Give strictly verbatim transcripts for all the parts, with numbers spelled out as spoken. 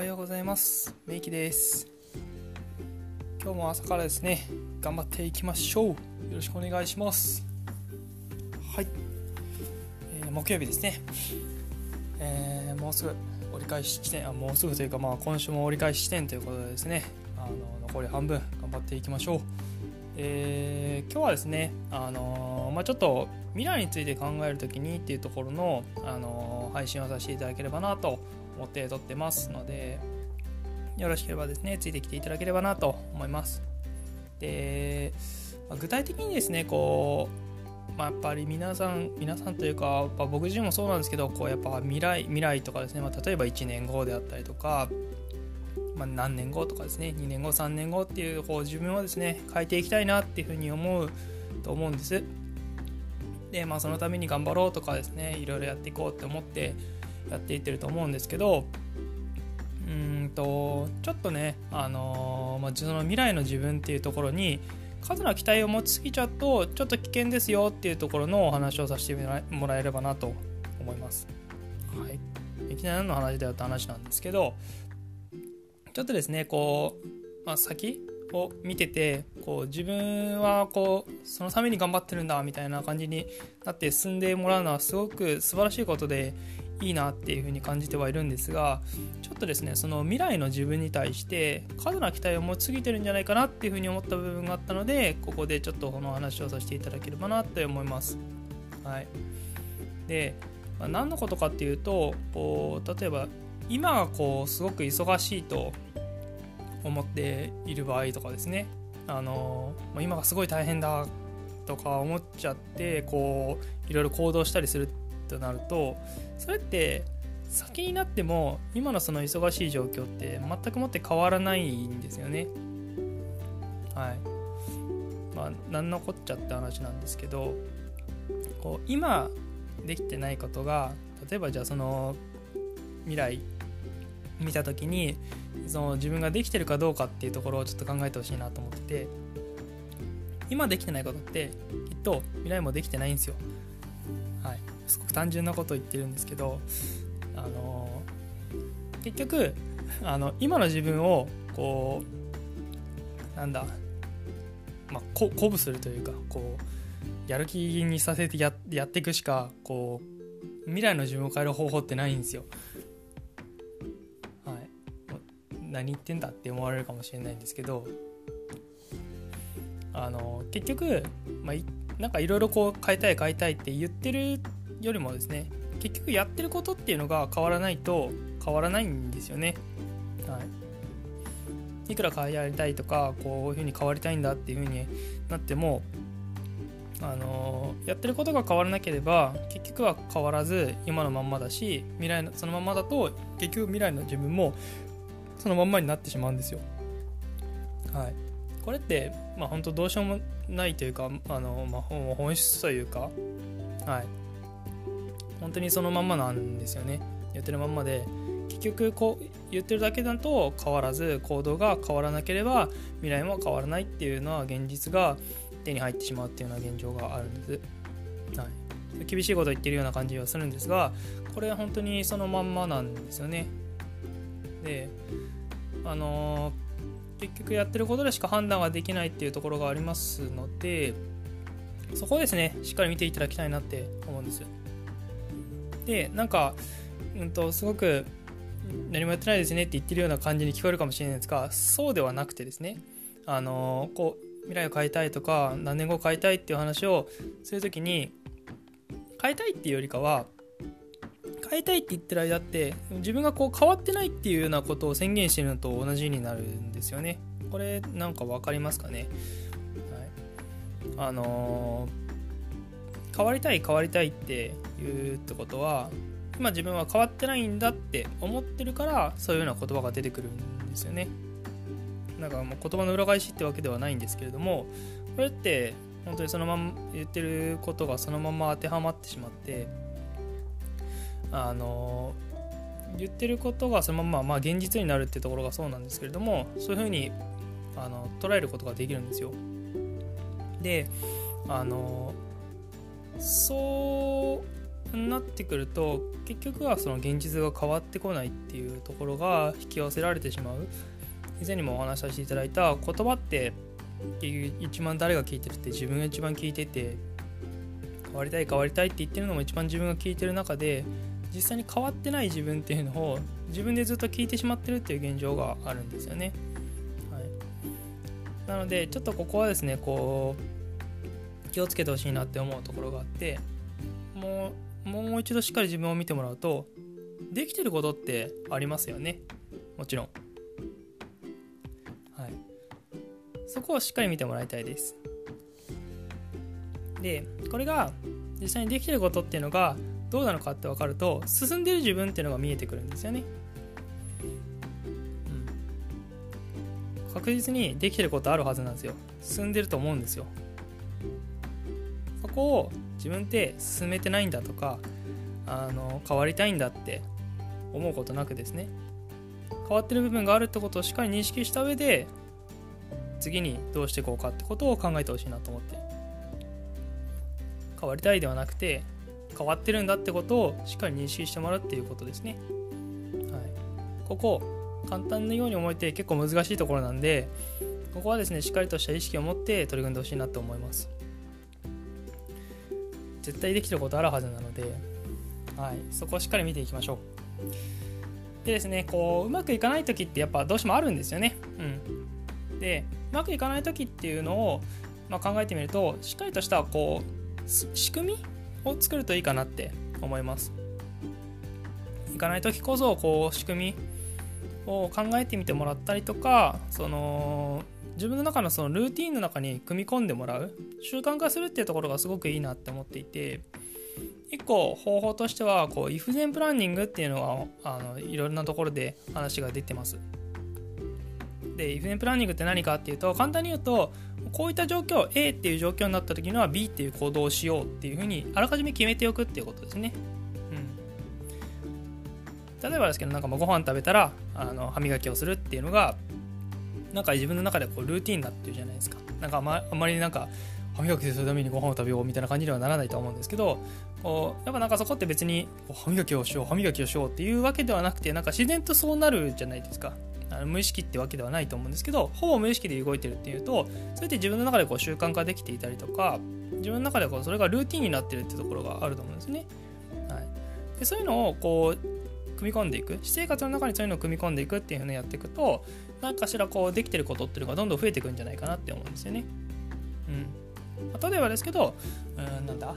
ようございます。めいきです。今日も朝からですね、頑張っていきましょう。よろしくお願いします。はい、えー、木曜日ですね、えー、もうすぐ折り返し地点、あもうすぐというか、まあ、今週も折り返し地点ということでですね、あの残り半分頑張っていきましょう。えー、今日はですね、あのーまあ、ちょっと未来について考えるときにっていうところの、あのー配信をさせていただければなと思って撮ってますので、よろしければですねついてきていただければなと思います。で、まあ、具体的にですねこう、まあ、やっぱり皆さん皆さんというか、まあ、僕自身もそうなんですけど、こうやっぱ未来未来とかですね、まあ、例えばいちねんごであったりとか、まあ、何年後とかですね、にねんごさんねんごっていう、こう自分をですね変えていきたいなっていうふうに思うと思うんです。で、まあ、そのために頑張ろうとかですね、いろいろやっていこうって思ってやっていってると思うんですけど、うーんとちょっとね、あのーまあ、その未来の自分っていうところに過度な期待を持ちすぎちゃうとちょっと危険ですよっていうところのお話をさせてもらえればなと思います。はい、いきなり何の話だよって話なんですけど、ちょっとですねこう、まあ、先を見てて、こう自分はこうそのために頑張ってるんだみたいな感じになって進んでもらうのはすごく素晴らしいことでいいなっていう風に感じてはいるんですが、ちょっとですねその未来の自分に対して過度な期待を持ちすぎてるんじゃないかなっていう風に思った部分があったので、ここでちょっとこの話をさせていただければなって思います。はい。で、まあ、何のことかっていうと、こう例えば今がこうすごく忙しいと思っている場合とかですね、あの今がすごい大変だとか思っちゃってこういろいろ行動したりするとなると、それって先になっても今のその忙しい状況って全くもって変わらないんですよね。はい。まあ何のこっちゃって話なんですけど、こう今できてないことが、例えばじゃあその未来見た時にその自分ができてるかどうかっていうところをちょっと考えてほしいなと思ってて、今できてないことってきっと未来もできてないんですよ。はい、すごく単純なことを言ってるんですけど、あのー、結局あの今の自分をこうなんだ、まあ、こ鼓舞するというか、こうやる気にさせて や, やっていくしかこう未来の自分を変える方法ってないんですよ。何言ってんだって思われるかもしれないんですけど、あの結局、まあ、なんかいろいろこう変えたい変えたいって言ってるよりもですね、結局やってることっていうのが変わらないと変わらないんですよね。はい、いくら変えたいとかこういう風に変わりたいんだっていう風になっても、あのやってることが変わらなければ結局は変わらず今のまんまだし、未来のそのままだと結局未来の自分もそのまんまになってしまうんですよ。はい、これって、まあ、本当どうしようもないというか、あの、まあ、本質というか、はい、本当にそのまんまなんですよね。言ってるまんまで、結局こう言ってるだけだと変わらず、行動が変わらなければ未来も変わらないっていうのは現実が手に入ってしまうっていうような現状があるんです。はい、厳しいことを言ってるような感じはするんですが、これは本当にそのまんまなんですよね。で、あのー、結局やってることでしか判断ができないっていうところがありますので、そこをですねしっかり見ていただきたいなって思うんですよ。で、なんか、うんと、すごく何もやってないですねって言ってるような感じに聞こえるかもしれないですが、そうではなくてですね、あのー、こう未来を変えたいとか何年後変えたいっていう話をするときに、変えたいっていうよりかは変えたいって言ってる間って自分がこう変わってないっていうようなことを宣言しているのと同じになるんですよね。これなんか分かりますかね。はい、あのー、変わりたい変わりたいって言うってことは、今自分は変わってないんだって思ってるからそういうような言葉が出てくるんですよね。なんかもう言葉の裏返しってわけではないんですけれども、これって本当にそのまま言ってることがそのまま当てはまってしまって、あの言ってることがそのまま、まあ、現実になるっていうところがそうなんですけれども、そういうふうにあの捉えることができるんですよ。で、あのそなってくると結局はその現実が変わってこないっていうところが引き合わせられてしまう。以前にもお話しさせていただいた言葉って一番誰が聞いてるって自分が一番聞いてて、変わりたい変わりたいって言ってるのも一番自分が聞いてる中で、実際に変わってない自分っていうのを自分でずっと聞いてしまってるっていう現状があるんですよね。はい、なのでちょっとここはですねこう気をつけてほしいなって思うところがあって、もうもう一度しっかり自分を見てもらうと、できてることってありますよね、もちろん。はい、そこをしっかり見てもらいたいです。でこれが実際にできてることっていうのがどうなのかって分かると、進んでる自分っていうのが見えてくるんですよね。うん、確実にできてることあるはずなんですよ。進んでると思うんですよ。そこを自分って進めてないんだとか、あの変わりたいんだって思うことなくですね、変わってる部分があるってことをしっかり認識した上で、次にどうしていこうかってことを考えてほしいなと思って、変わりたいではなくて変わってるんだってことをしっかり認識してもらうっていうことですね。はい、ここ簡単なように思えて結構難しいところなんで、ここはですねしっかりとした意識を持って取り組んでほしいなと思います。絶対できてることあるはずなので、はい、そこをしっかり見ていきましょう。でですね、こううまくいかない時ってやっぱどうしてもあるんですよね。うん、でうまくいかない時っていうのを、まあ、考えてみると、しっかりとしたこう仕組みを作るといいかなって思います。いかない時こそこう仕組みを考えてみてもらったりとか、その自分の中のそのルーティーンの中に組み込んでもらう、習慣化するっていうところがすごくいいなって思っていて、一個方法としてはこうイフゼンプランニングっていうのはあのいろんなところで話が出てます。でイフゼンプランニングって何かっていうと、簡単に言うと、こういった状況 A っていう状況になった時には B っていう行動をしようっていうふうにあらかじめ決めておくっていうことですね。うん、例えばですけど、なんかまあご飯食べたらあの歯磨きをするっていうのがなんか自分の中でこうルーティーンになってるじゃないですか。なんかあま、あまりなんか歯磨きするためにご飯を食べようみたいな感じにはならないと思うんですけど、こうやっぱなんかそこって別に歯磨きをしよう歯磨きをしようっていうわけではなくて、なんか自然とそうなるじゃないですか。あの無意識ってわけではないと思うんですけど、ほぼ無意識で動いてるっていうと、それって自分の中でこう習慣化できていたりとか、自分の中でこうそれがルーティンになってるっていうところがあると思うんですね。はい、でそういうのをこう組み込んでいく、私生活の中にそういうのを組み込んでいくっていうのをやっていくと、何かしらこうできてることっていうのがどんどん増えていくんじゃないかなって思うんですよね。うん、例えばですけど、うーんなんだう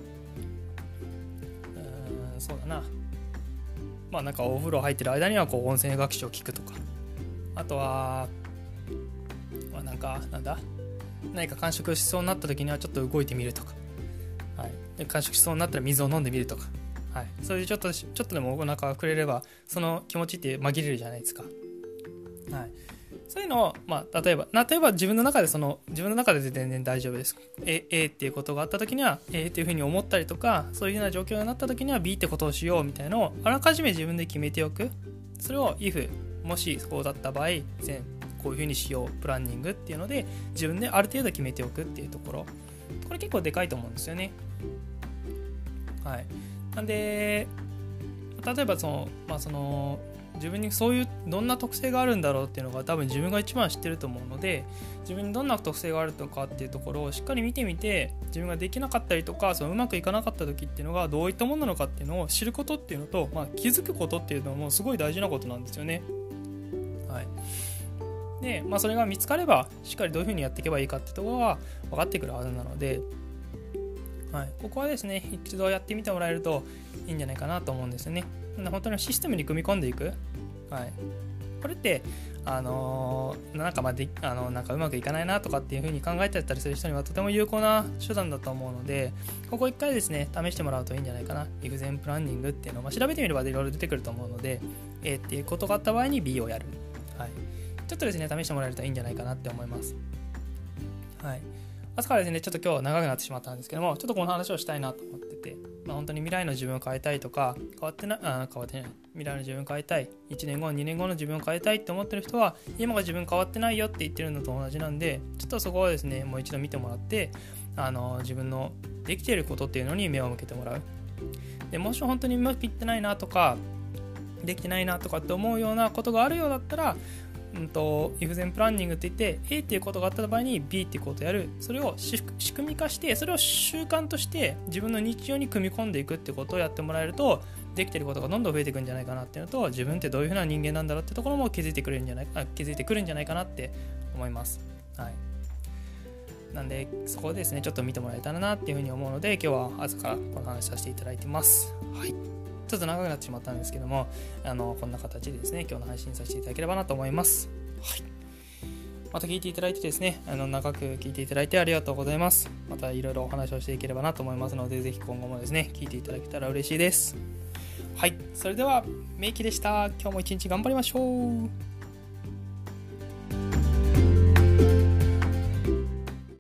ーんそうだなまあなんかお風呂入ってる間にはこう音声学習を聞くとか、あとは、まあ、なんかなんだ何か間食しそうになった時にはちょっと動いてみるとか、はい、で間食しそうになったら水を飲んでみるとか、はい、そういうちょっとちょっとでもお腹がくれればその気持ちって紛れるじゃないですか。はい、そういうのを、まあ、例えば例えば自分の中でその自分の中で全然大丈夫です。 A, A っていうことがあった時には A っていうふうに思ったりとか、そういうような状況になった時には B ってことをしようみたいなのをあらかじめ自分で決めておく。それを if もしそうだった場合、全こういうふうにしようプランニングっていうので自分である程度決めておくっていうところ、これ結構でかいと思うんですよね。はい、なんで例えばその、まあ、その自分にそういうどんな特性があるんだろうっていうのが多分自分が一番知ってると思うので、自分にどんな特性があるのかっていうところをしっかり見てみて、自分ができなかったりとかそのうまくいかなかった時っていうのがどういったものなのかっていうのを知ることっていうのと、まあ、気づくことっていうのもすごい大事なことなんですよね。はい、で、まあ、それが見つかればしっかりどういうふうにやっていけばいいかっていうところが分かってくるはずなので、はい、ここはですね一度やってみてもらえるといいんじゃないかなと思うんですよね。本当にシステムに組み込んでいく、はい、これってあのー、なんかまあであのなんかうまくいかないなとかっていう風に考えてたりする人にはとても有効な手段だと思うので、ここ一回ですね試してもらうといいんじゃないかな。イフゼンプランニングっていうのを、まあ、調べてみればいろいろ出てくると思うので、 A っていうことがあった場合に B をやる、はい、ちょっとですね試してもらえるといいんじゃないかなって思います。はい、朝からですねちょっと今日長くなってしまったんですけども、ちょっとこの話をしたいなと思ってて、まあ、本当に未来の自分を変えたいとか変わってなあ変わってない未来の自分を変えたい、いちねんごにねんごの自分を変えたいって思ってる人は今が自分変わってないよって言ってるのと同じなんで、ちょっとそこをですねもう一度見てもらって、あの自分のできていることっていうのに目を向けてもらう。 でもし本当にうまくいってないなとかできてないなとかって思うようなことがあるようだったら、うんと、イフゼンプランニングって言って A っていうことがあった場合に B っていうことをやる、それを仕組み化して、それを習慣として自分の日常に組み込んでいくってことをやってもらえると、できてることがどんどん増えていくんじゃないかなっていうのと、自分ってどういうふうな人間なんだろうってところも気づいてくれるんじゃないか、気づいてくるんじゃないかなって思います。はい。なんでそこをですねちょっと見てもらえたらなっていうふうに思うので、今日は朝からこの話させていただいてます。はい。ちょっと長くなってしまったんですけども、あのこんな形でですね今日の配信させていただければなと思います。はい。また聞いていただいてですね、あの長く聞いていただいてありがとうございます。またいろいろお話をしていければなと思いますので、ぜひ今後もですね聞いていただけたら嬉しいです。はい。それではメイキでした。今日も一日頑張りましょう。